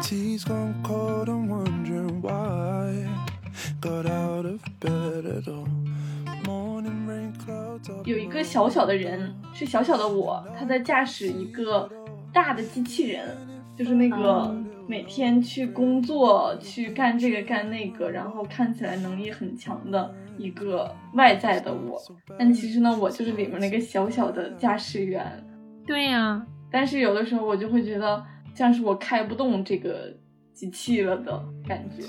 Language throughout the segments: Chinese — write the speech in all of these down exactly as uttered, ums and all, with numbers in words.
tea's gone cold, I'm wondering why got out of bed at all. 有一个小小的人，是小小的我，他在驾驶一个大的机器人，就是那个每天去工作去干这个干那个，然后看起来能力很强的一个外在的我，但其实呢我就是里面那个小小的驾驶员。 对呀、啊， 但是有的时候我就会觉得像是我开不动这个机器了的感觉。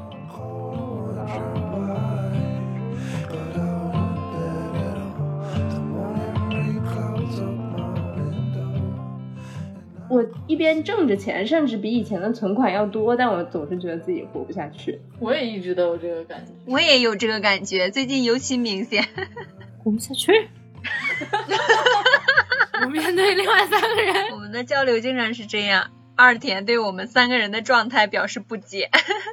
我一边挣着钱，甚至比以前的存款要多，但我总是觉得自己活不下去。 我也一直都有这个感觉。 我也有这个感觉，最近尤其明显。 活不下去。我面对另外三个人， 我们的交流竟然是这样。二田对我们三个人的状态表示不解。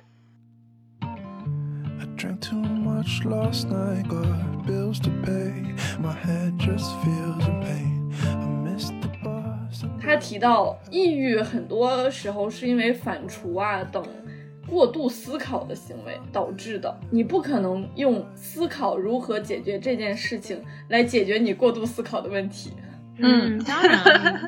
I drank too much last night, got bills to pay. My head just feels in pain. I missed the bus. 他提到抑郁很多时候是因为反刍啊等过度思考的行为导致的，你不可能用思考如何解决这件事情来解决你过度思考的问题。 嗯，当然。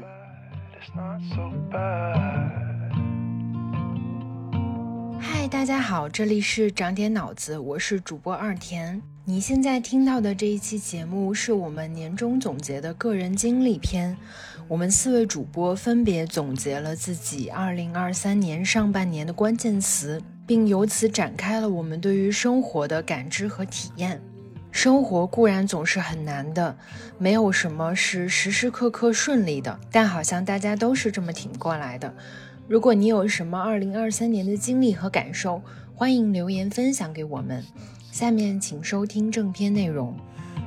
嗨，大家好，这里是长点脑子，我是主播二田。你现在听到的这一期节目是我们年终总结的个人经历篇，我们四位主播分别总结了自己二零二三年上半年的关键词，并由此展开了我们对于生活的感知和体验。生活固然总是很难的，没有什么是时时刻刻顺利的，但好像大家都是这么挺过来的。如果你有什么二零二三年的经历和感受，欢迎留言分享给我们。下面请收听正片内容。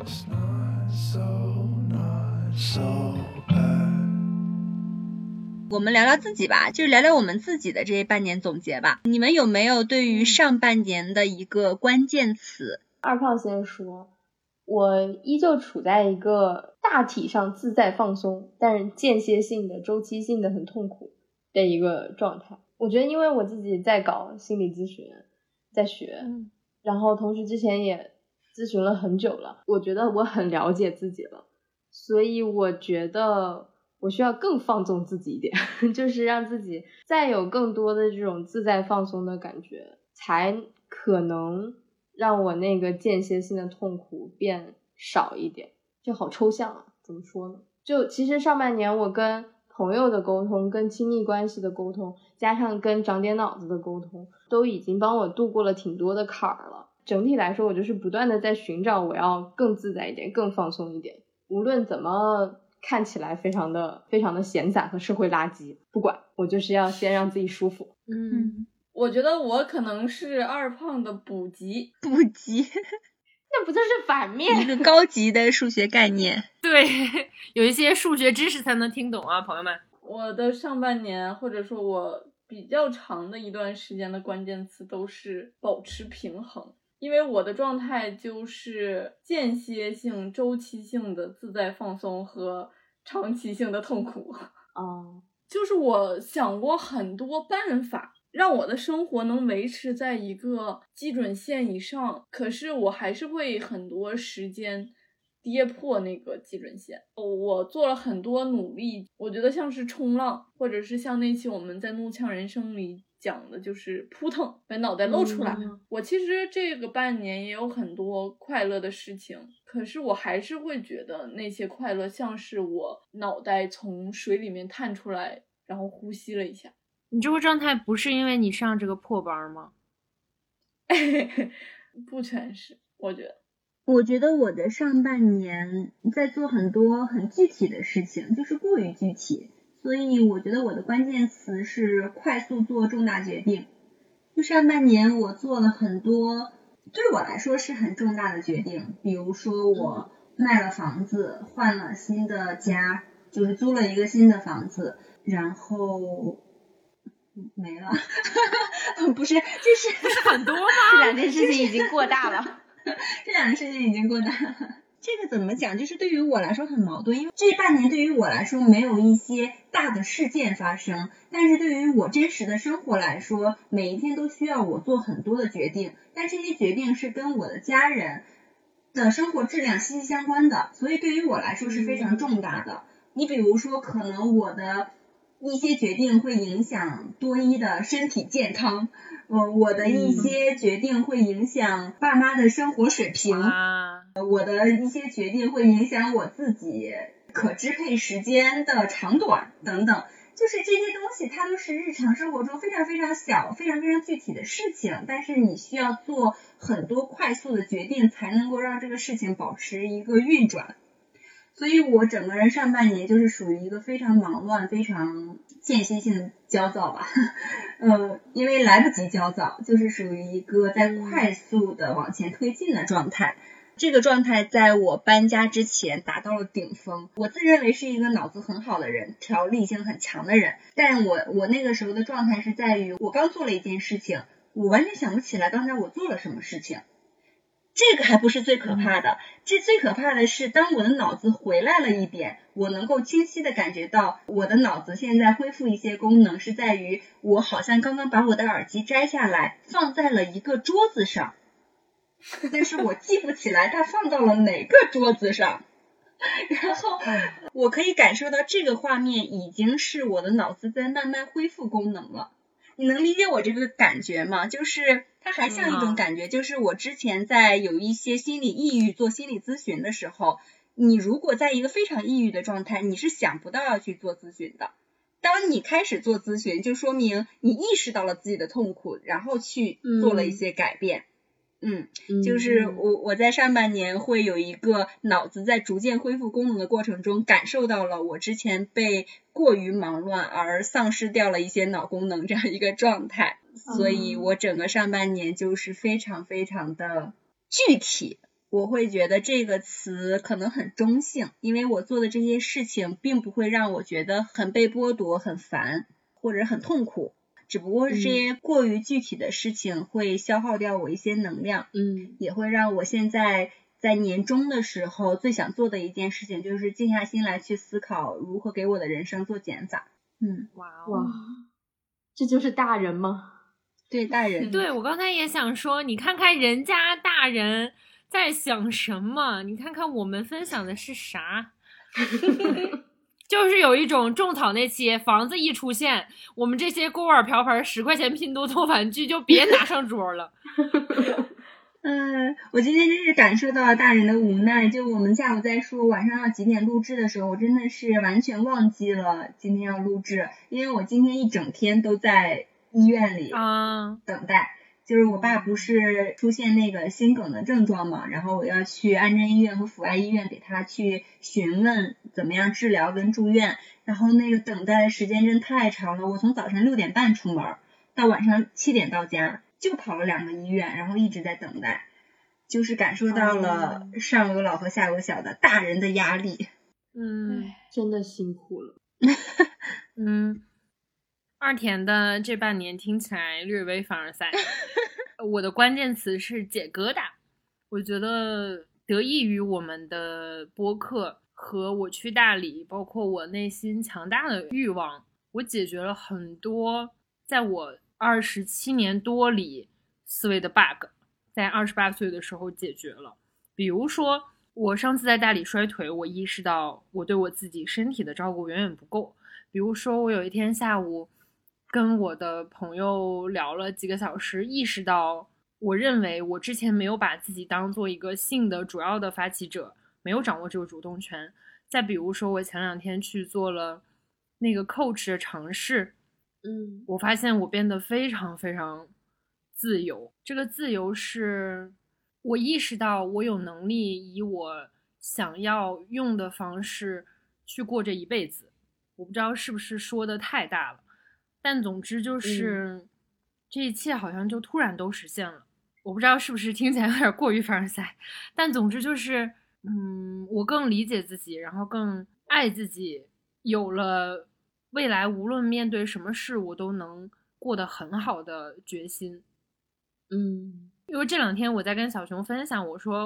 我们聊聊自己吧，就是聊聊我们自己的这半年总结吧。你们有没有对于上半年的一个关键词？ 二胖先说。我依旧处在一个大体上自在放松，但是间歇性的周期性的很痛苦的一个状态。我觉得因为我自己在搞心理咨询，在学、嗯、然后同时之前也咨询了很久了，我觉得我很了解自己了，所以我觉得我需要更放纵自己一点就是让自己再有更多的这种自在放松的感觉，才可能让我那个间歇性的痛苦变少一点。就好抽象啊，怎么说呢，就其实上半年我跟朋友的沟通，跟亲密关系的沟通，加上跟长点脑子的沟通，都已经帮我度过了挺多的坎儿了。整体来说，我就是不断的在寻找我要更自在一点，更放松一点，无论怎么看起来非常的非常的闲散和社会垃圾，不管，我就是要先让自己舒服。 嗯，我觉得我可能是二胖的补给。 补给那不就是反面？ 一个高级的数学概念。 对，有一些数学知识才能听懂啊，朋友们。 我的上半年或者说我比较长的一段时间的关键词都是保持平衡，因为我的状态就是间歇性周期性的自在放松和长期性的痛苦。 哦， 就是我想过很多办法让我的生活能维持在一个基准线以上，可是我还是会很多时间跌破那个基准线。我做了很多努力，我觉得像是冲浪，或者是像那期我们在怒呛人生里讲的就是扑腾，把脑袋露出来、嗯、我其实这个半年也有很多快乐的事情，可是我还是会觉得那些快乐像是我脑袋从水里面探出来然后呼吸了一下。 你这个状态不是因为你上这个破班吗？ 不全是，我觉得我觉得我的上半年在做很多很具体的事情，就是过于具体，所以我觉得我的关键词是快速做重大决定。就上半年我做了很多对我来说是很重大的决定，比如说我卖了房子，换了新的家，就是租了一个新的房子，然后没了不是，就是不是很多吗？ 这两件事情已经过大了这两件事情已经过大了， 这个怎么讲，就是对于我来说很矛盾，因为这半年对于我来说没有一些大的事件发生，但是对于我真实的生活来说，每一天都需要我做很多的决定，但这些决定是跟我的家人的生活质量息息相关的，所以对于我来说是非常重大的。你比如说，可能我的一些决定会影响多一的身体健康，呃，我的一些决定会影响爸妈的生活水平， 啊， 我的一些决定会影响我自己可支配时间的长短等等，就是这些东西它都是日常生活中非常非常小非常非常具体的事情，但是你需要做很多快速的决定才能够让这个事情保持一个运转。所以我整个人上半年就是属于一个非常忙乱非常间歇性焦躁吧呃，因为来不及焦躁，就是属于一个在快速的往前推进的状态。这个状态在我搬家之前达到了顶峰。我自认为是一个脑子很好的人，条理性很强的人，但我我那个时候的状态是在于，我刚做了一件事情，我完全想不起来刚才我做了什么事情。这个还不是最可怕的，这最可怕的是当我的脑子回来了一点，我能够清晰的感觉到我的脑子现在恢复一些功能，是在于我好像刚刚把我的耳机摘下来放在了一个桌子上，但是我记不起来它放到了哪个桌子上，然后我可以感受到这个画面已经是我的脑子在慢慢恢复功能了。你能理解我这个感觉吗？就是它还像一种感觉，就是我之前在有一些心理抑郁做心理咨询的时候，你如果在一个非常抑郁的状态，你是想不到要去做咨询的。当你开始做咨询，就说明你意识到了自己的痛苦，然后去做了一些改变。嗯, 嗯就是我我在上半年会有一个脑子在逐渐恢复功能的过程中，感受到了我之前被过于忙乱而丧失掉了一些脑功能这样一个状态，所以我整个上半年就是非常非常的具体。我会觉得这个词可能很中性，因为我做的这些事情并不会让我觉得很被剥夺很烦或者很痛苦，只不过是这些过于具体的事情会消耗掉我一些能量，嗯，也会让我现在在年终的时候最想做的一件事情就是静下心来去思考如何给我的人生做减法。嗯， 哇哇，这就是大人吗？ 对，大人。 对，我刚才也想说，你看看人家大人在想什么，你看看我们分享的是啥。就是有一种种草那期房子一出现，我们这些锅碗瓢盆十块钱拼多多玩具就别拿上桌了。 嗯，我今天真是感受到了大人的无奈，就我们下午在说晚上要几点录制的时候，我真的是完全忘记了今天要录制，因为我今天一整天都在医院里等待、啊、就是我爸不是出现那个心梗的症状嘛，然后我要去安贞医院和阜爱医院给他去询问怎么样治疗跟住院，然后那个等待的时间真太长了，我从早上六点半出门到晚上七点到家，就跑了两个医院，然后一直在等待，就是感受到了上有老和下有小的大人的压力。 嗯， 真的辛苦了。 嗯，二田的这半年听起来略微凡尔赛。我的关键词是解疙瘩。我觉得得益于我们的播客和我去大理，包括我内心强大的欲望，我解决了很多在我二十七年多里思维的 bug， 在二十八岁的时候解决了。比如说我上次在大理摔腿，我意识到我对我自己身体的照顾远远不够。比如说我有一天下午跟我的朋友聊了几个小时，意识到我认为我之前没有把自己当做一个性的主要的发起者，没有掌握这个主动权。再比如说我前两天去做了那个 coach 的尝试，嗯，我发现我变得非常非常自由。这个自由是我意识到我有能力以我想要用的方式去过这一辈子。我不知道是不是说的太大了，但总之就是、嗯、这一切好像就突然都实现了。我不知道是不是听起来有点过于凡尔赛，但总之就是嗯，我更理解自己，然后更爱自己，有了未来无论面对什么事我都能过得很好的决心。嗯，因为这两天我在跟小熊分享，我说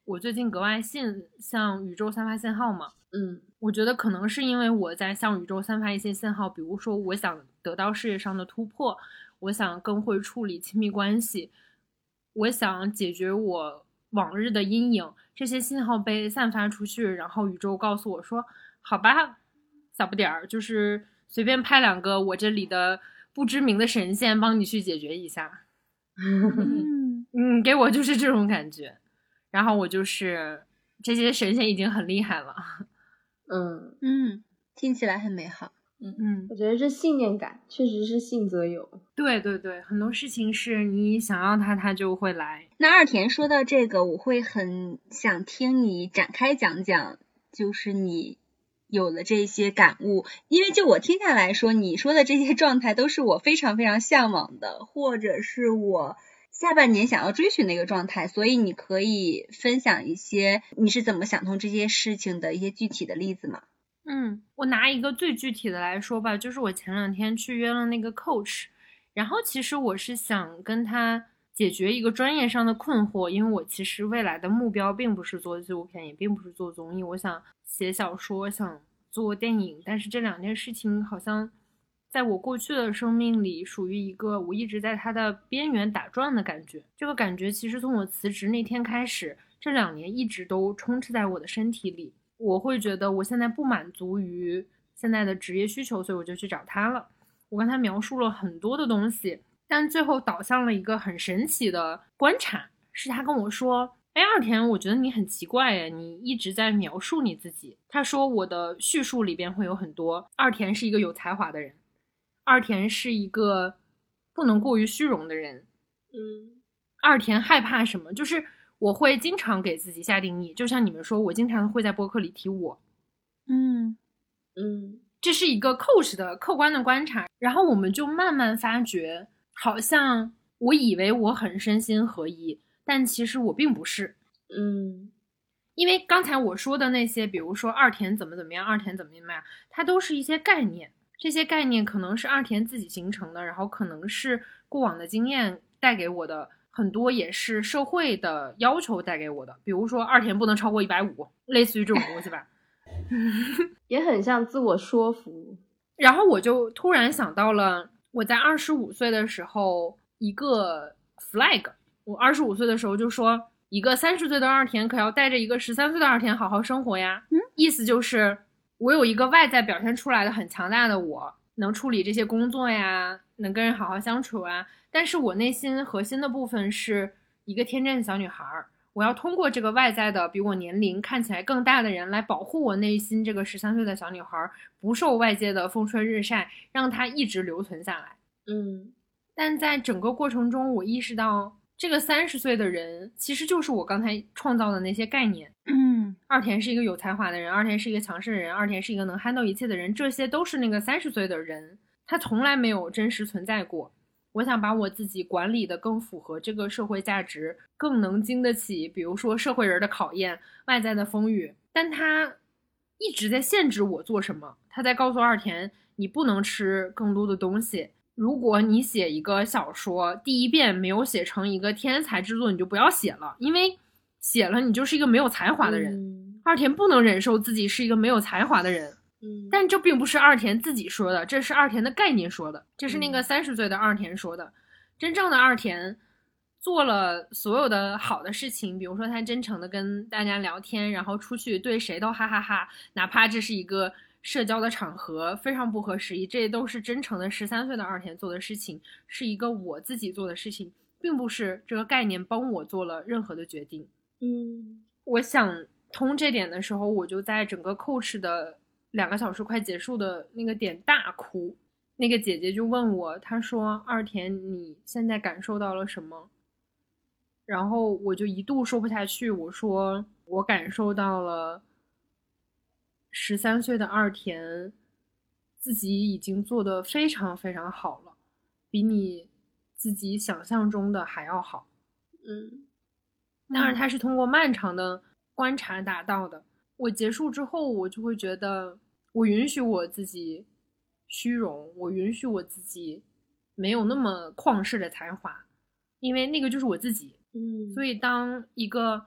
我最近格外信向宇宙散发信号嘛。 嗯， 我觉得可能是因为我在向宇宙散发一些信号，比如说我想得到事业上的突破，我想更会处理亲密关系，我想解决我往日的阴影，这些信号被散发出去，然后宇宙告诉我说，好吧，小不点儿，就是随便派两个我这里的不知名的神仙帮你去解决一下。 嗯嗯，给我就是这种感觉。然后我就是这些神仙已经很厉害了。 嗯嗯，听起来很美好。 嗯， 我觉得这信念感确实是信则有。 对对对，很多事情是你想要它，它就会来。 那二田说到这个，我会很想听你展开讲讲，就是你有了这些感悟，因为就我听下来说，你说的这些状态都是我非常非常向往的，或者是我下半年想要追寻的一个状态，所以你可以分享一些你是怎么想通这些事情的一些具体的例子吗？ 嗯，我拿一个最具体的来说吧，就是我前两天去约了那个 coach， 然后其实我是想跟他解决一个专业上的困惑，因为我其实未来的目标并不是做纪录片，也并不是做综艺，我想写小说，想做电影，但是这两件事情好像在我过去的生命里属于一个我一直在它的边缘打转的感觉。这个感觉其实从我辞职那天开始，这两年一直都充斥在我的身体里。我会觉得我现在不满足于现在的职业需求，所以我就去找他了。我跟他描述了很多的东西，但最后导向了一个很神奇的观察，是他跟我说，哎，二田，我觉得你很奇怪耶，你一直在描述你自己。他说我的叙述里边会有很多，二田是一个有才华的人，二田是一个不能过于虚荣的人。 嗯， 二田害怕什么？就是我会经常给自己下定义，就像你们说，我经常会在播客里提我。 嗯嗯， 这是一个 coach 的客观的观察，然后我们就慢慢发觉，好像我以为我很身心合一，但其实我并不是。 嗯， 因为刚才我说的那些，比如说二田怎么怎么样，二田怎么怎么样，它都是一些概念，这些概念可能是二田自己形成的，然后可能是过往的经验带给我的，很多也是社会的要求带给我的，比如说二田不能超过一百五，类似于这种东西吧。 也很像自我说服。 然后我就突然想到了我在二十五岁的时候一个 flag， 我二十五岁的时候就说，一个三十岁的二田可要带着一个十三岁的二田好好生活呀。嗯，意思就是我有一个外在表现出来的很强大的我，能处理这些工作呀，能跟人好好相处啊，但是我内心核心的部分是一个天真的小女孩，我要通过这个外在的比我年龄看起来更大的人来保护我内心这个十三岁的小女孩不受外界的风吹日晒，让她一直留存下来。 嗯， 但在整个过程中我意识到，这个三十岁的人其实就是我刚才创造的那些概念。 嗯， 二田是一个有才华的人，二田是一个强势的人，二田是一个能handle一切的人，这些都是那个三十岁的人，他从来没有真实存在过。我想把我自己管理的更符合这个社会价值，更能经得起比如说社会人的考验，外在的风雨，但他一直在限制我做什么。他在告诉二田，你不能吃更多的东西，如果你写一个小说第一遍没有写成一个天才之作，你就不要写了，因为写了你就是一个没有才华的人。 嗯， 二田不能忍受自己是一个没有才华的人。 嗯， 但这并不是二田自己说的，这是二田的概念说的，这是那个嗯三十岁的二田说的。真正的二田做了所有的好的事情，比如说他真诚的跟大家聊天，然后出去对谁都哈哈哈，哪怕这是一个社交的场合非常不合时宜，这都是真诚的十三岁的二田做的事情，是一个我自己做的事情，并不是这个概念帮我做了任何的决定。 嗯， 我想通这点的时候，我就在整个 coach 的两个小时快结束的那个点大哭。那个姐姐就问我，她说，二田你现在感受到了什么？然后我就一度说不下去，我说我感受到了十三岁的二田自己已经做得非常非常好了，比你自己想象中的还要好。 嗯， 当然它是通过漫长的观察达到的。我结束之后，我就会觉得我允许我自己虚荣，我允许我自己没有那么旷世的才华，因为那个就是我自己。 嗯， 所以当一个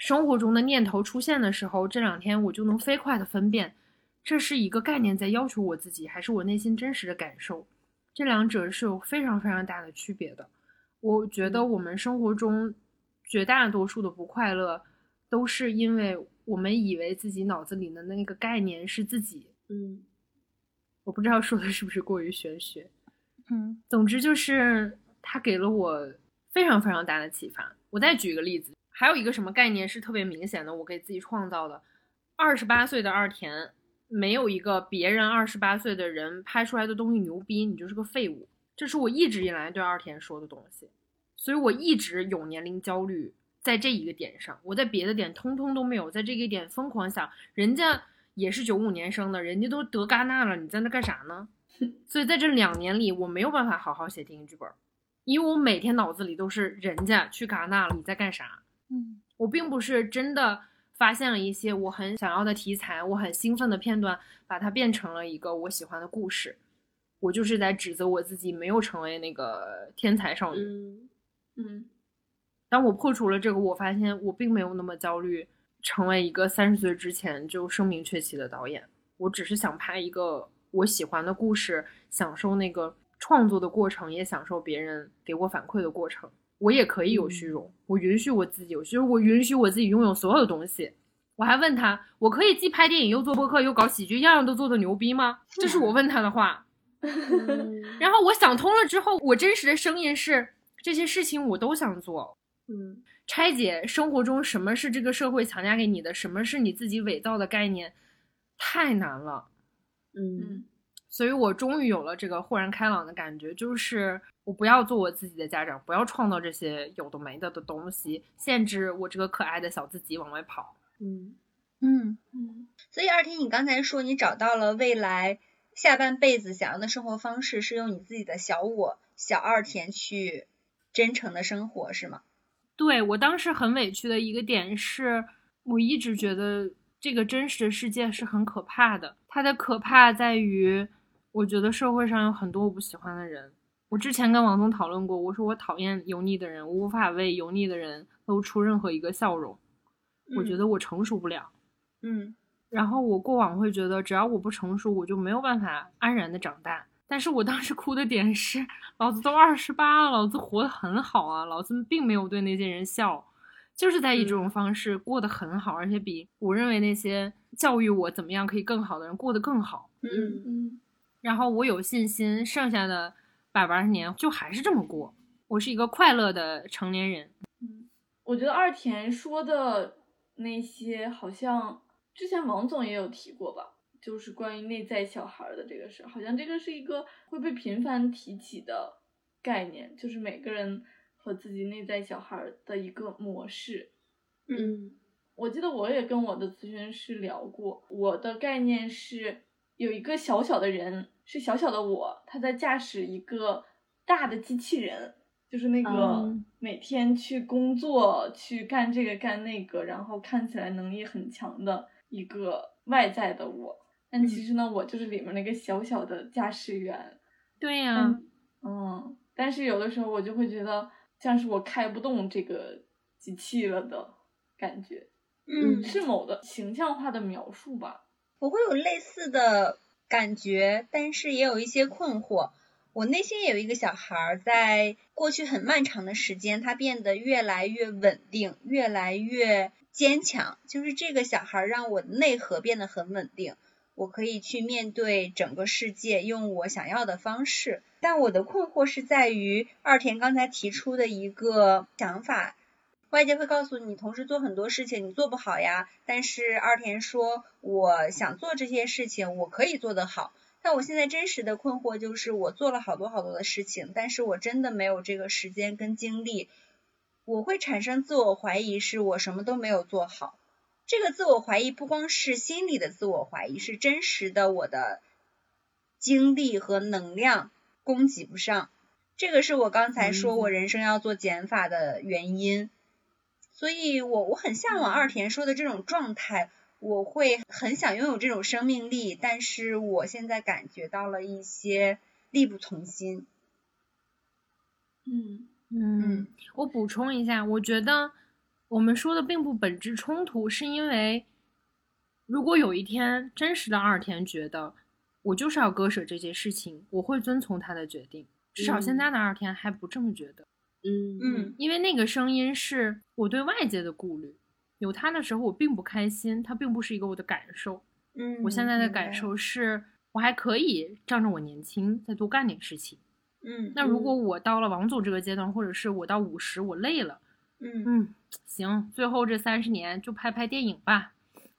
生活中的念头出现的时候，这两天我就能飞快的分辨，这是一个概念在要求我自己，还是我内心真实的感受。这两者是有非常非常大的区别的。我觉得我们生活中绝大多数的不快乐，都是因为我们以为自己脑子里的那个概念是自己。 嗯， 我不知道说的是不是过于玄学。 嗯， 总之就是它给了我非常非常大的启发。我再举个例子，还有一个什么概念是特别明显的，我给自己创造的。二十八岁的二田，没有一个别人二十八岁的人拍出来的东西牛逼，你就是个废物。这是我一直以来对二田说的东西，所以我一直有年龄焦虑，在这一个点上，我在别的点通通都没有，在这个点疯狂想，人家也是九五年生的，人家都得戛纳了，你在那干啥呢？所以在这两年里，我没有办法好好写电影剧本，因为我每天脑子里都是人家去戛纳了，你在干啥？ 嗯， 我并不是真的发现了一些我很想要的题材，我很兴奋的片段，把它变成了一个我喜欢的故事。我就是在指责我自己没有成为那个天才少女。 嗯嗯， 当我破除了这个，我发现我并没有那么焦虑成为一个三十岁之前就声名鹊起的导演。我只是想拍一个我喜欢的故事，享受那个创作的过程，也享受别人给我反馈的过程。我也可以有虚荣，我允许我自己有虚荣，我允许我自己拥有所有的东西。我还问他，我可以既拍电影又做播客又搞喜剧，样样都做的牛逼吗？这是我问他的话。然后我想通了之后，我真实的声音是，这些事情我都想做。 嗯， 拆解生活中什么是这个社会强加给你的，什么是你自己伪造的概念，太难了。 嗯， 所以我终于有了这个豁然开朗的感觉，就是我不要做我自己的家长，不要创造这些有的没的的东西，限制我这个可爱的小自己往外跑。 嗯嗯嗯， 所以二天，你刚才说你找到了未来下半辈子想要的生活方式，是用你自己的小我小二田去真诚的生活，是吗？ 对，我当时很委屈的一个点是，我一直觉得这个真实的世界是很可怕的。它的可怕在于，我觉得社会上有很多我不喜欢的人。我之前跟王总讨论过，我说我讨厌油腻的人，我无法为油腻的人露出任何一个笑容。 嗯、 我觉得我成熟不了。 嗯， 然后我过往会觉得，只要我不成熟，我就没有办法安然的长大。但是我当时哭的点是，老子都二十八了，老子活得很好啊，老子并没有对那些人笑，就是在以这种方式过得很好，而且比我认为那些教育我怎么样可以更好的人过得更好。 嗯嗯， 然后我有信心，剩下的百八十年就还是这么过。我是一个快乐的成年人。 嗯，我觉得二田说的那些好像之前王总也有提过吧，就是关于内在小孩的这个事，好像这个是一个会被频繁提起的概念，就是每个人和自己内在小孩的一个模式。 嗯， 我记得我也跟我的咨询师聊过，我的概念是有一个小小的人，是小小的我，他在驾驶一个大的机器人，就是那个每天去工作、嗯、去干这个干那个，然后看起来能力很强的一个外在的我，但其实呢、嗯、我就是里面那个小小的驾驶员。 对呀、啊、 嗯，但是有的时候我就会觉得像是我开不动这个机器了的感觉。 嗯， 是某的形象化的描述吧。 我会有类似的感觉，但是也有一些困惑。我内心也有一个小孩，在过去很漫长的时间，他变得越来越稳定，越来越坚强。就是这个小孩让我的内核变得很稳定，我可以去面对整个世界，用我想要的方式。但我的困惑是在于二田刚才提出的一个想法，外界会告诉你同时做很多事情你做不好呀，但是二田说我想做这些事情我可以做得好。但我现在真实的困惑就是我做了好多好多的事情，但是我真的没有这个时间跟精力，我会产生自我怀疑，是我什么都没有做好。这个自我怀疑不光是心理的自我怀疑，是真实的我的精力和能量供给不上，这个是我刚才说我人生要做减法的原因。所以我我很向往二田说的这种状态，我会很想拥有这种生命力，但是我现在感觉到了一些力不从心。 嗯嗯，我补充一下，我觉得我们说的并不本质冲突，是因为如果有一天真实的二田觉得我就是要割舍这件事情，我会遵从他的决定，至少现在的二田还不这么觉得。 嗯嗯， 因为那个声音是我对外界的顾虑，有他的时候我并不开心，他并不是一个我的感受。 嗯， 我现在的感受是我还可以仗着我年轻再多干点事情。 嗯， 那如果我到了王总这个阶段，或者是我到五十我累了， 嗯嗯，行，最后这三十年就拍拍电影吧。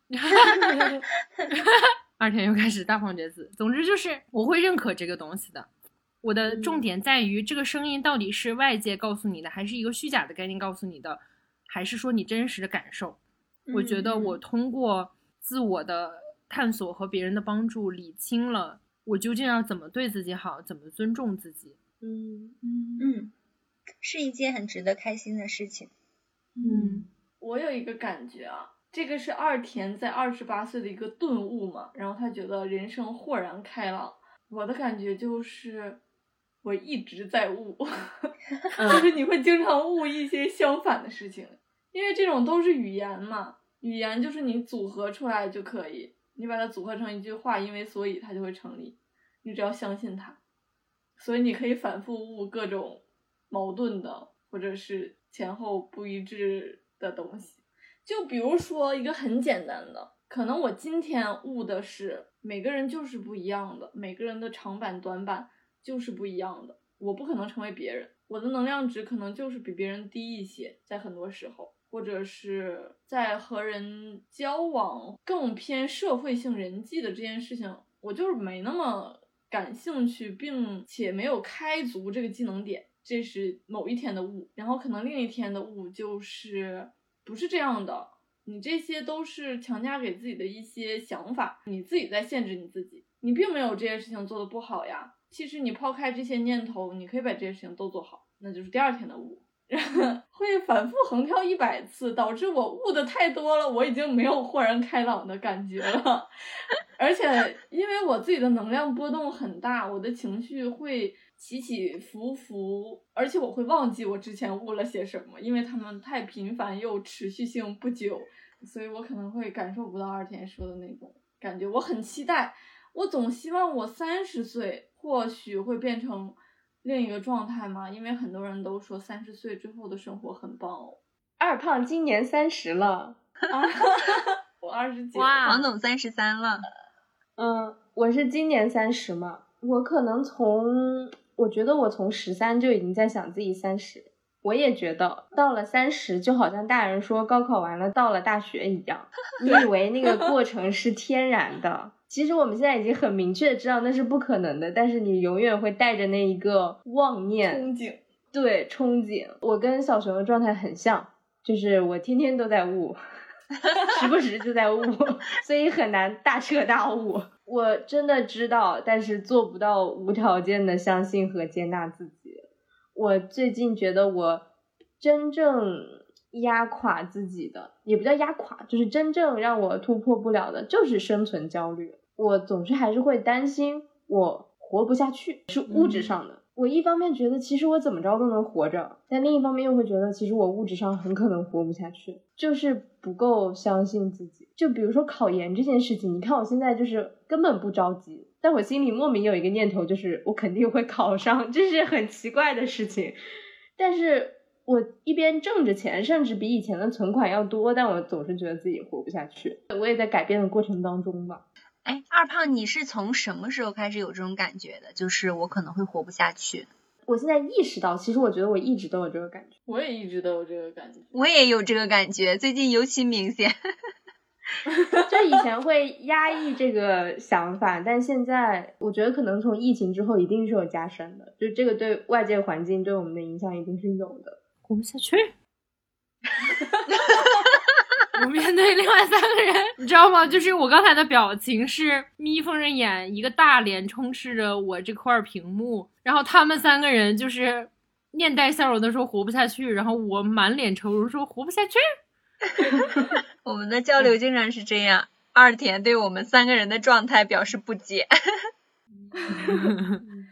二田又开始大放厥词。总之就是我会认可这个东西的。我的重点在于这个声音到底是外界告诉你的，还是一个虚假的概念告诉你的，还是说你真实的感受。我觉得我通过自我的探索和别人的帮助理清了我究竟要怎么对自己好，怎么尊重自己。 嗯嗯，是一件很值得开心的事情。 嗯， 我有一个感觉啊，这个是二田在二十八岁的一个顿悟嘛，然后他觉得人生豁然开朗。我的感觉就是我一直在悟，就是你会经常悟一些相反的事情，因为这种都是语言嘛，语言就是你组合出来就可以，你把它组合成一句话，因为所以它就会成立，你只要相信它。所以你可以反复悟各种矛盾的或者是前后不一致的东西。就比如说一个很简单的，可能我今天悟的是每个人就是不一样的，每个人的长板短板就是不一样的，我不可能成为别人，我的能量值可能就是比别人低一些，在很多时候，或者是在和人交往更偏社会性人际的这件事情，我就是没那么感兴趣，并且没有开足这个技能点，这是某一天的悟。然后可能另一天的悟就是不是这样的，你这些都是强加给自己的一些想法，你自己在限制你自己，你并没有这些事情做得不好呀。其实你抛开这些念头，你可以把这些事情都做好，那就是第二天的悟。会反复横跳一百次，导致我悟的太多了，我已经没有豁然开朗的感觉了。而且因为我自己的能量波动很大，我的情绪会起起伏伏，而且我会忘记我之前悟了些什么，因为他们太频繁又持续性不久，所以我可能会感受不到二田说的那种感觉。我很期待，我总希望我三十岁或许会变成另一个状态嘛，因为很多人都说三十岁之后的生活很棒哦。 二胖今年三十了， 啊、我二十九。 哇，王总三十三了。 嗯，我是今年三十嘛，我可能从，我觉得我从十三就已经在想自己三十。我也觉得到了三十，就好像大人说高考完了到了大学一样，你以为那个过程是天然的。其实我们现在已经很明确的知道那是不可能的，但是你永远会带着那一个妄念憧憬， 对，憧憬。我跟小熊的状态很像，就是我天天都在悟，时不时就在悟，所以很难大彻大悟。我真的知道，但是做不到无条件的相信和接纳自己。我最近觉得我真正压垮自己的，也不叫压垮，就是真正让我突破不了的就是生存焦虑。我总是还是会担心我活不下去，是物质上的、嗯、我一方面觉得其实我怎么着都能活着，但另一方面又会觉得其实我物质上很可能活不下去，就是不够相信自己。就比如说考研这件事情，你看我现在就是根本不着急，但我心里莫名有一个念头，就是我肯定会考上，这是很奇怪的事情。但是我一边挣着钱，甚至比以前的存款要多，但我总是觉得自己活不下去。我也在改变的过程当中吧。 哎，二胖，你是从什么时候开始有这种感觉的？就是我可能会活不下去。 我现在意识到，其实我觉得我一直都有这个感觉。 我也一直都有这个感觉。 我也有这个感觉，最近尤其明显。 就以前会压抑这个想法，但现在我觉得可能从疫情之后一定是有加深的，就这个对外界环境对我们的影响一定是有的。 活不下去。我面对另外三个人，你知道吗？就是我刚才的表情是眯缝着眼，一个大脸充斥着我这块屏幕，然后他们三个人就是面带笑容的说活不下去，然后我满脸愁容说活不下去。 我们的交流竟然是这样，二田对我们三个人的状态表示不解。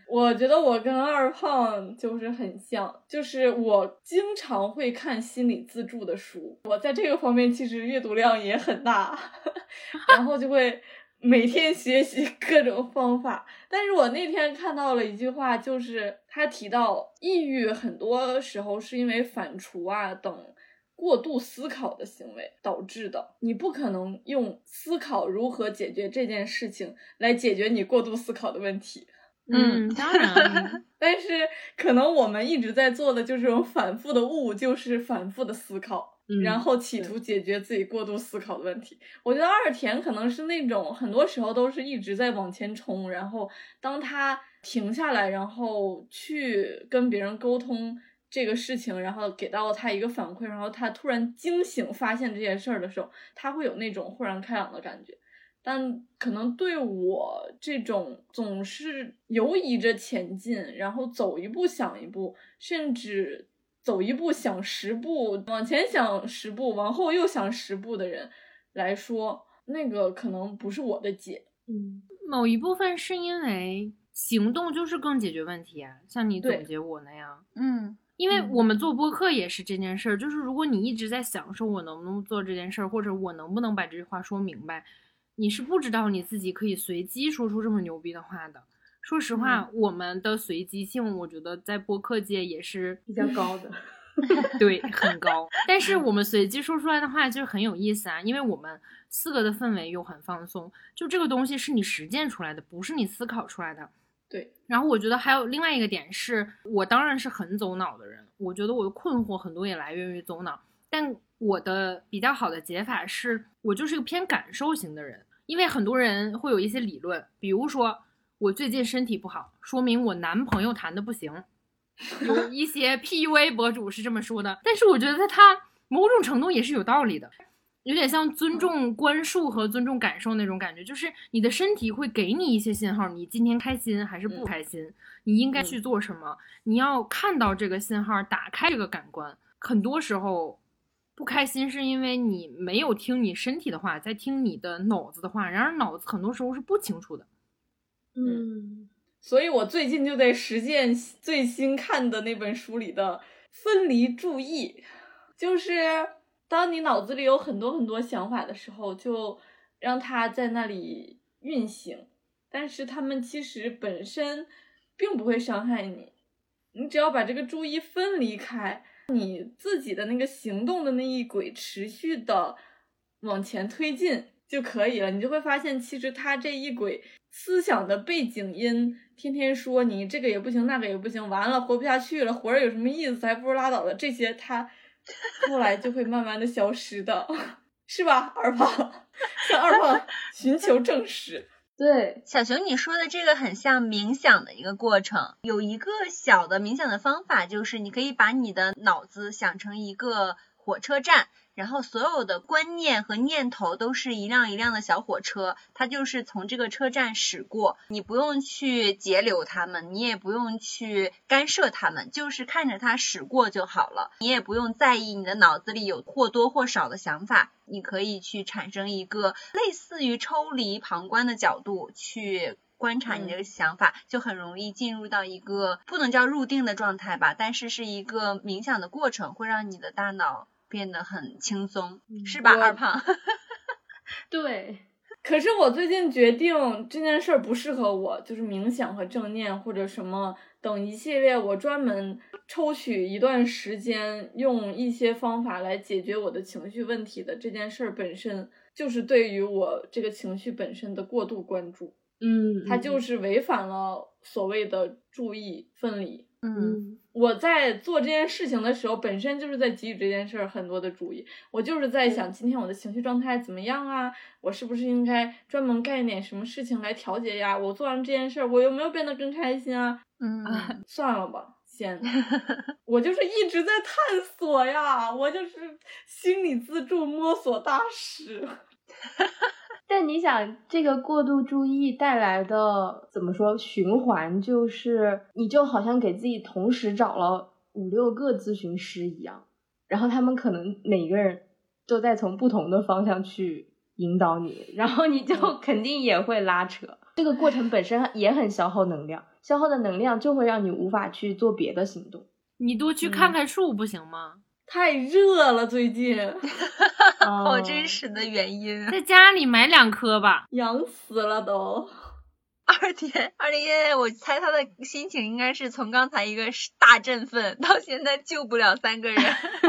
我觉得我跟二胖就是很像，就是我经常会看心理自助的书，我在这个方面其实阅读量也很大，然后就会每天学习各种方法。但是我那天看到了一句话，就是他提到抑郁很多时候是因为反刍啊等过度思考的行为导致的，你不可能用思考如何解决这件事情来解决你过度思考的问题。 嗯，当然。 但是可能我们一直在做的就是这种反复的悟，就是反复的思考，嗯，然后企图解决自己过度思考的问题。我觉得二田可能是那种很多时候都是一直在往前冲，然后当他停下来，然后去跟别人沟通这个事情，然后给到他一个反馈，然后他突然惊醒发现这件事儿的时候，他会有那种豁然开朗的感觉。但可能对我这种总是游移着前进，然后走一步想一步，甚至走一步想十步，往前想十步，往后又想十步的人来说，那个可能不是我的解。 嗯，某一部分是因为行动就是更解决问题啊，像你总结我那样。 嗯， 因为我们做播客也是这件事儿，就是如果你一直在想说我能不能做这件事儿，或者我能不能把这句话说明白，你是不知道你自己可以随机说出这么牛逼的话的。说实话，嗯，我们的随机性我觉得在播客界也是比较高的。 对，很高。但是我们随机说出来的话就是很有意思啊，因为我们四个的氛围又很放松，就这个东西是你实践出来的，不是你思考出来的。 对。 然后我觉得还有另外一个点是，我当然是很走脑的人，我觉得我的困惑很多也来源于走脑，但我的比较好的解法是我就是一个偏感受型的人。因为很多人会有一些理论，比如说我最近身体不好，说明我男朋友谈的不行，有一些 P U A 博主是这么说的，但是我觉得他某种程度也是有道理的，有点像尊重观述和尊重感受那种感觉，就是你的身体会给你一些信号，你今天开心还是不开心，嗯，你应该去做什么，嗯，你要看到这个信号，打开这个感官。很多时候不开心是因为你没有听你身体的话，在听你的脑子的话，然而脑子很多时候是不清楚的。 嗯，所以我最近就在实践最新看的那本书里的分离注意，就是当你脑子里有很多很多想法的时候，就让它在那里运行，但是它们其实本身并不会伤害你，你只要把这个注意分离开，你自己的那个行动的那一轨持续的往前推进就可以了，你就会发现其实它这一轨思想的背景音天天说你这个也不行那个也不行，完了活不下去了，活着有什么意思，还不如拉倒了，这些它后来就会慢慢的消失的是吧二胖？向二胖寻求证实。 对，小熊你说的这个很像冥想的一个过程，有一个小的冥想的方法，就是你可以把你的脑子想成一个火车站，然后所有的观念和念头都是一辆一辆的小火车，它就是从这个车站驶过，你不用去截留它们，你也不用去干涉它们，就是看着它驶过就好了，你也不用在意你的脑子里有或多或少的想法，你可以去产生一个类似于抽离旁观的角度去观察你这个想法，嗯，就很容易进入到一个不能叫入定的状态吧，但是是一个冥想的过程，会让你的大脑变得很轻松，嗯，是吧二胖？ 对，可是我最近决定这件事儿不适合我，就是冥想和正念或者什么等一系列，我专门抽取一段时间用一些方法来解决我的情绪问题的这件事儿本身就是对于我这个情绪本身的过度关注。 嗯， 它就是违反了所谓的注意分离。 嗯， 我在做这件事情的时候本身就是在给予这件事儿很多的注意，我就是在想今天我的情绪状态怎么样啊，我是不是应该专门干一点什么事情来调节呀，我做完这件事儿我有没有变得更开心啊？ 嗯、 啊，算了吧先我就是一直在探索呀，我就是心理自助摸索大师但你想这个过度注意带来的怎么说循环，就是你就好像给自己同时找了五六个咨询师一样，然后他们可能每个人都在从不同的方向去引导你，然后你就肯定也会拉扯。这个过程本身也很消耗能量，消耗的能量就会让你无法去做别的行动。 你多去看看树不行吗？ 嗯、太热了最近。 好真实的原因。 在家里买两棵吧。 痒死了都。 二天二天我猜他的心情应该是从刚才一个大振奋到现在救不了三个人。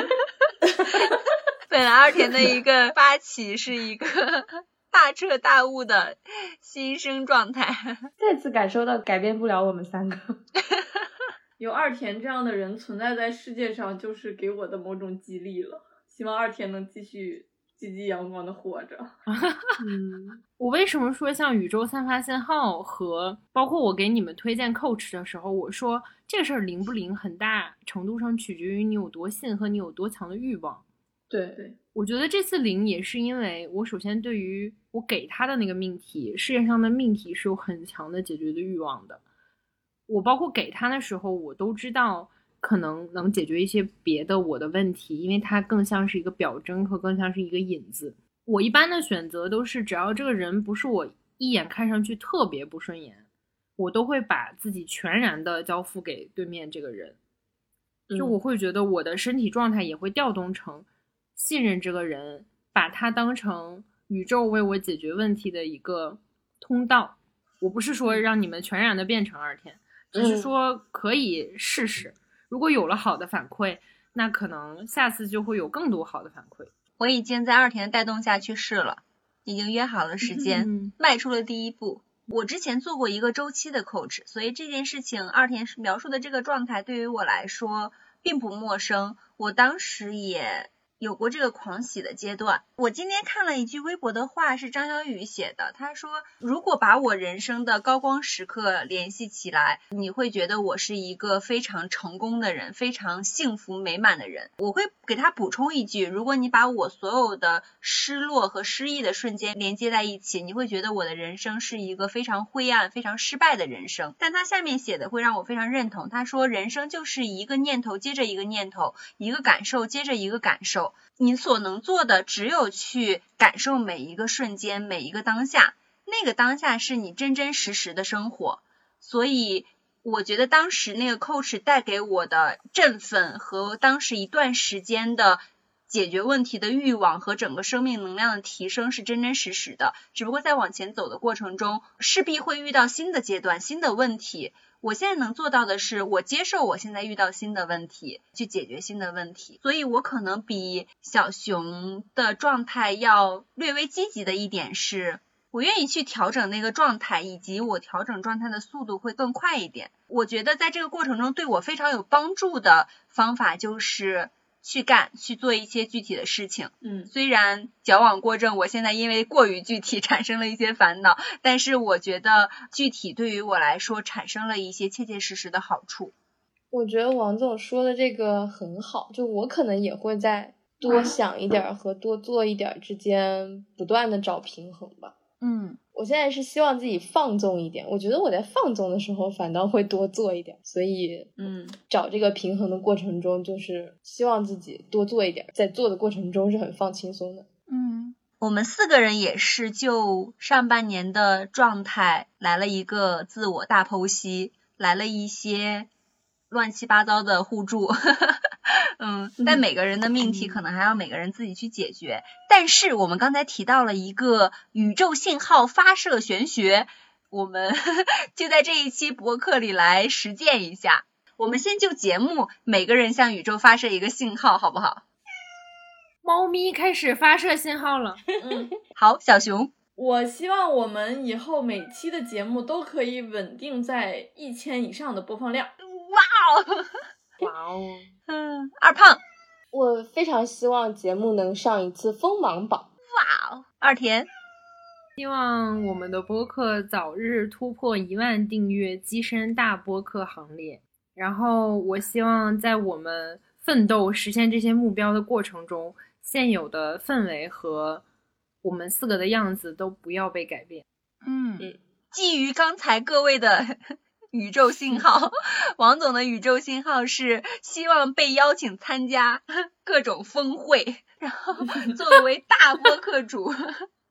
本来二田的一个发起是一个大彻大悟的新生状态， 再次感受到改变不了我们三个。 有二田这样的人存在在世界上，就是给我的某种激励了。希望二田能继续积极阳光的活着。 嗯，我为什么说像宇宙散发信号和包括我给你们推荐 coach 的时候，我说这个事儿灵不灵很大程度上取决于你有多信和你有多强的欲望。 对对， 我觉得这次灵也是因为我首先对于我给他的那个命题，世界上的命题是有很强的解决的欲望的。我包括给他的时候，我都知道可能能解决一些别的我的问题，因为它更像是一个表征和更像是一个引子。我一般的选择都是只要这个人不是我一眼看上去特别不顺眼，我都会把自己全然的交付给对面这个人。就我会觉得我的身体状态也会调动成信任这个人，把他当成宇宙为我解决问题的一个通道。我不是说让你们全然的变成二天，只是说可以试试。如果有了好的反馈，那可能下次就会有更多好的反馈。 我已经在二田的带动下去试了，已经约好了时间，嗯、迈出了第一步。我之前做过一个周期的 coach， 所以这件事情二田描述的这个状态对于我来说并不陌生。我当时也有过这个狂喜的阶段。我今天看了一句微博的话，是张小雨写的，他说如果把我人生的高光时刻联系起来，你会觉得我是一个非常成功的人，非常幸福美满的人。我会给他补充一句，如果你把我所有的失落和失意的瞬间连接在一起，你会觉得我的人生是一个非常灰暗非常失败的人生。但他下面写的会让我非常认同，他说人生就是一个念头接着一个念头，一个感受接着一个感受，你所能做的只有去感受每一个瞬间每一个当下，那个当下是你真真实实的生活。所以我觉得当时那个 coach 带给我的振奋和当时一段时间的解决问题的欲望和整个生命能量的提升是真真实实的，只不过在往前走的过程中势必会遇到新的阶段新的问题。我现在能做到的是我接受我现在遇到新的问题，去解决新的问题。所以我可能比小熊的状态要略微积极的一点是，我愿意去调整那个状态，以及我调整状态的速度会更快一点。我觉得在这个过程中对我非常有帮助的方法就是去干去做一些具体的事情。嗯，虽然矫枉过正，我现在因为过于具体产生了一些烦恼，但是我觉得具体对于我来说产生了一些切切实实的好处。 我觉得王总说的这个很好，就我可能也会在多想一点和多做一点之间不断的找平衡吧。嗯，我现在是希望自己放纵一点，我觉得我在放纵的时候反倒会多做一点，所以嗯，找这个平衡的过程中就是希望自己多做一点，在做的过程中是很放轻松的。 嗯，我们四个人也是就上半年的状态来了一个自我大剖析，来了一些乱七八糟的互助嗯，但每个人的命题可能还要每个人自己去解决。但是我们刚才提到了一个宇宙信号发射玄学，我们就在这一期博客里来实践一下。我们先就节目每个人向宇宙发射一个信号好不好？ 猫咪开始发射信号了。 嗯，好，小熊。 我希望我们以后每期的节目都可以稳定在一千以上的播放量。 哇哦哇哦， 嗯，二胖， 我非常希望节目能上一次锋芒榜。 哇哦，二田， 希望我们的播客早日突破一万订阅，跻身大播客行列。然后我希望在我们奋斗实现这些目标的过程中，现有的氛围和我们四个的样子都不要被改变。 嗯，基于刚才各位的宇宙信号，王总的宇宙信号是希望被邀请参加各种峰会，然后作为大播客主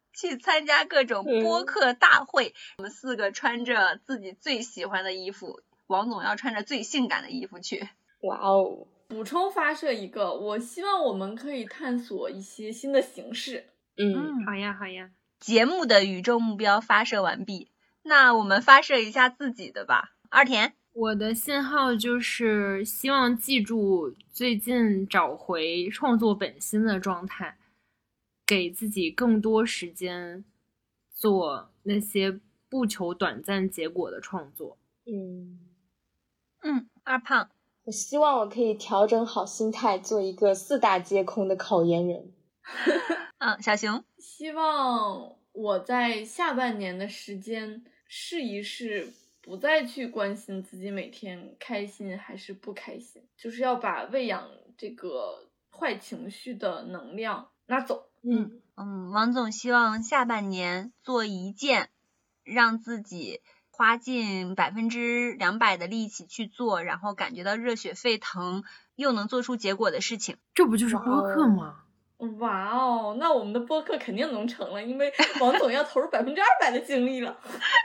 去参加各种播客大会。我们四个穿着自己最喜欢的衣服，王总要穿着最性感的衣服去。 哇哦！ 补充发射一个，我希望我们可以探索一些新的形式。 嗯， 好呀好呀。 节目的宇宙目标发射完毕，那我们发射一下自己的吧。二田， 我的信号就是希望记住最近找回创作本心的状态，给自己更多时间做那些不求短暂结果的创作。 嗯嗯，二胖， 我希望我可以调整好心态，做一个四大皆空的考研人。 嗯，小熊， 希望我在下半年的时间试一试，不再去关心自己每天开心还是不开心，就是要把喂养这个坏情绪的能量拿走。 嗯嗯，王总希望下半年做一件让自己花尽百分之两百的力气去做，然后感觉到热血沸腾，又能做出结果的事情。 这不就是播客吗？ 哇哦，那我们的播客肯定能成了，因为王总要投入百分之二百的精力了。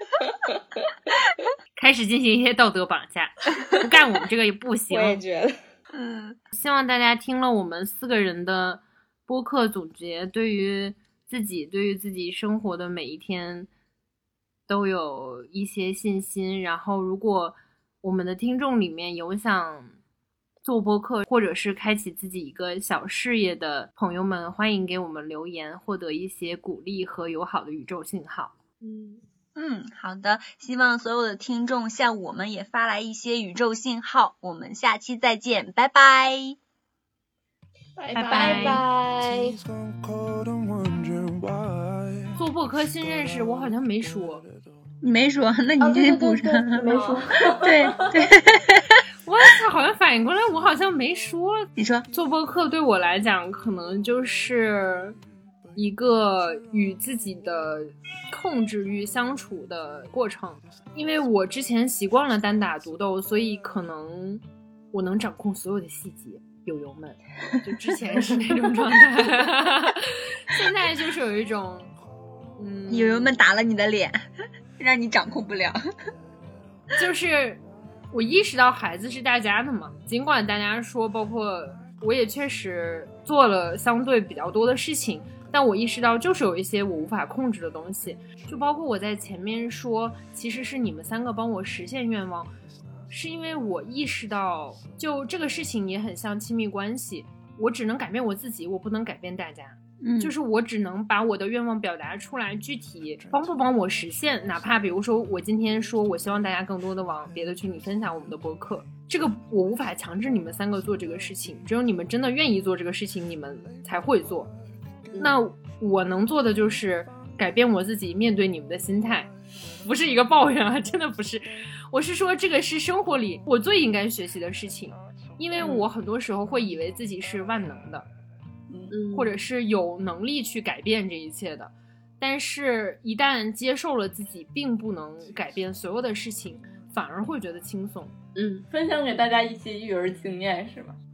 开始进行一些道德绑架，不干我们这个也不行。 我也觉得， 嗯， 希望大家听了我们四个人的播客总结，对于自己、对于自己生活的每一天都有一些信心。然后，如果我们的听众里面有想做播客或者是开启自己一个小事业的朋友们，欢迎给我们留言，获得一些鼓励和友好的宇宙信号。 嗯嗯，好的，希望所有的听众向我们也发来一些宇宙信号。我们下期再见，拜拜， 拜拜拜拜。 做播客新认识，我好像没说。 你没说，那你这补上。 哦、对对对对没说。 对对。 我操，好像反应过来，我好像没说。 你说， 做播客对我来讲，可能就是一个与自己的控制欲相处的过程。因为我之前习惯了单打独斗，所以可能我能掌控所有的细节。友友们，就之前是那种状态，现在就是有一种，嗯， 友友们打了你的脸，让你掌控不了。 就是我意识到孩子是大家的嘛，尽管大家说，包括我也确实做了相对比较多的事情，但我意识到就是有一些我无法控制的东西，就包括我在前面说，其实是你们三个帮我实现愿望。是因为我意识到，就这个事情也很像亲密关系，我只能改变我自己，我不能改变大家。嗯，就是我只能把我的愿望表达出来，具体帮不帮我实现，哪怕比如说我今天说我希望大家更多的往别的群里分享我们的播客，这个我无法强制你们三个做这个事情，只有你们真的愿意做这个事情，你们才会做。那我能做的就是改变我自己面对你们的心态，不是一个抱怨啊，真的不是，我是说这个是生活里我最应该学习的事情，因为我很多时候会以为自己是万能的，嗯，或者是有能力去改变这一切的，但是一旦接受了自己并不能改变所有的事情，反而会觉得轻松。 嗯，分享给大家一些育儿经验是吧？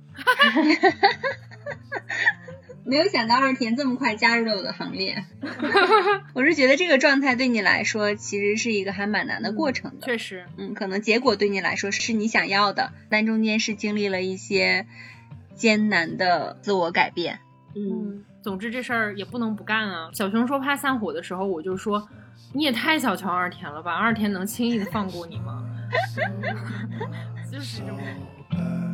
没有想到二田这么快加入了我的行列。我是觉得这个状态对你来说其实是一个还蛮难的过程的。 确实， 嗯，可能结果对你来说是你想要的，但中间是经历了一些艰难的自我改变。 嗯，总之这事儿也不能不干啊。小熊说怕散伙的时候，我就说你也太小瞧二田了吧，二田能轻易的放过你吗？就是这么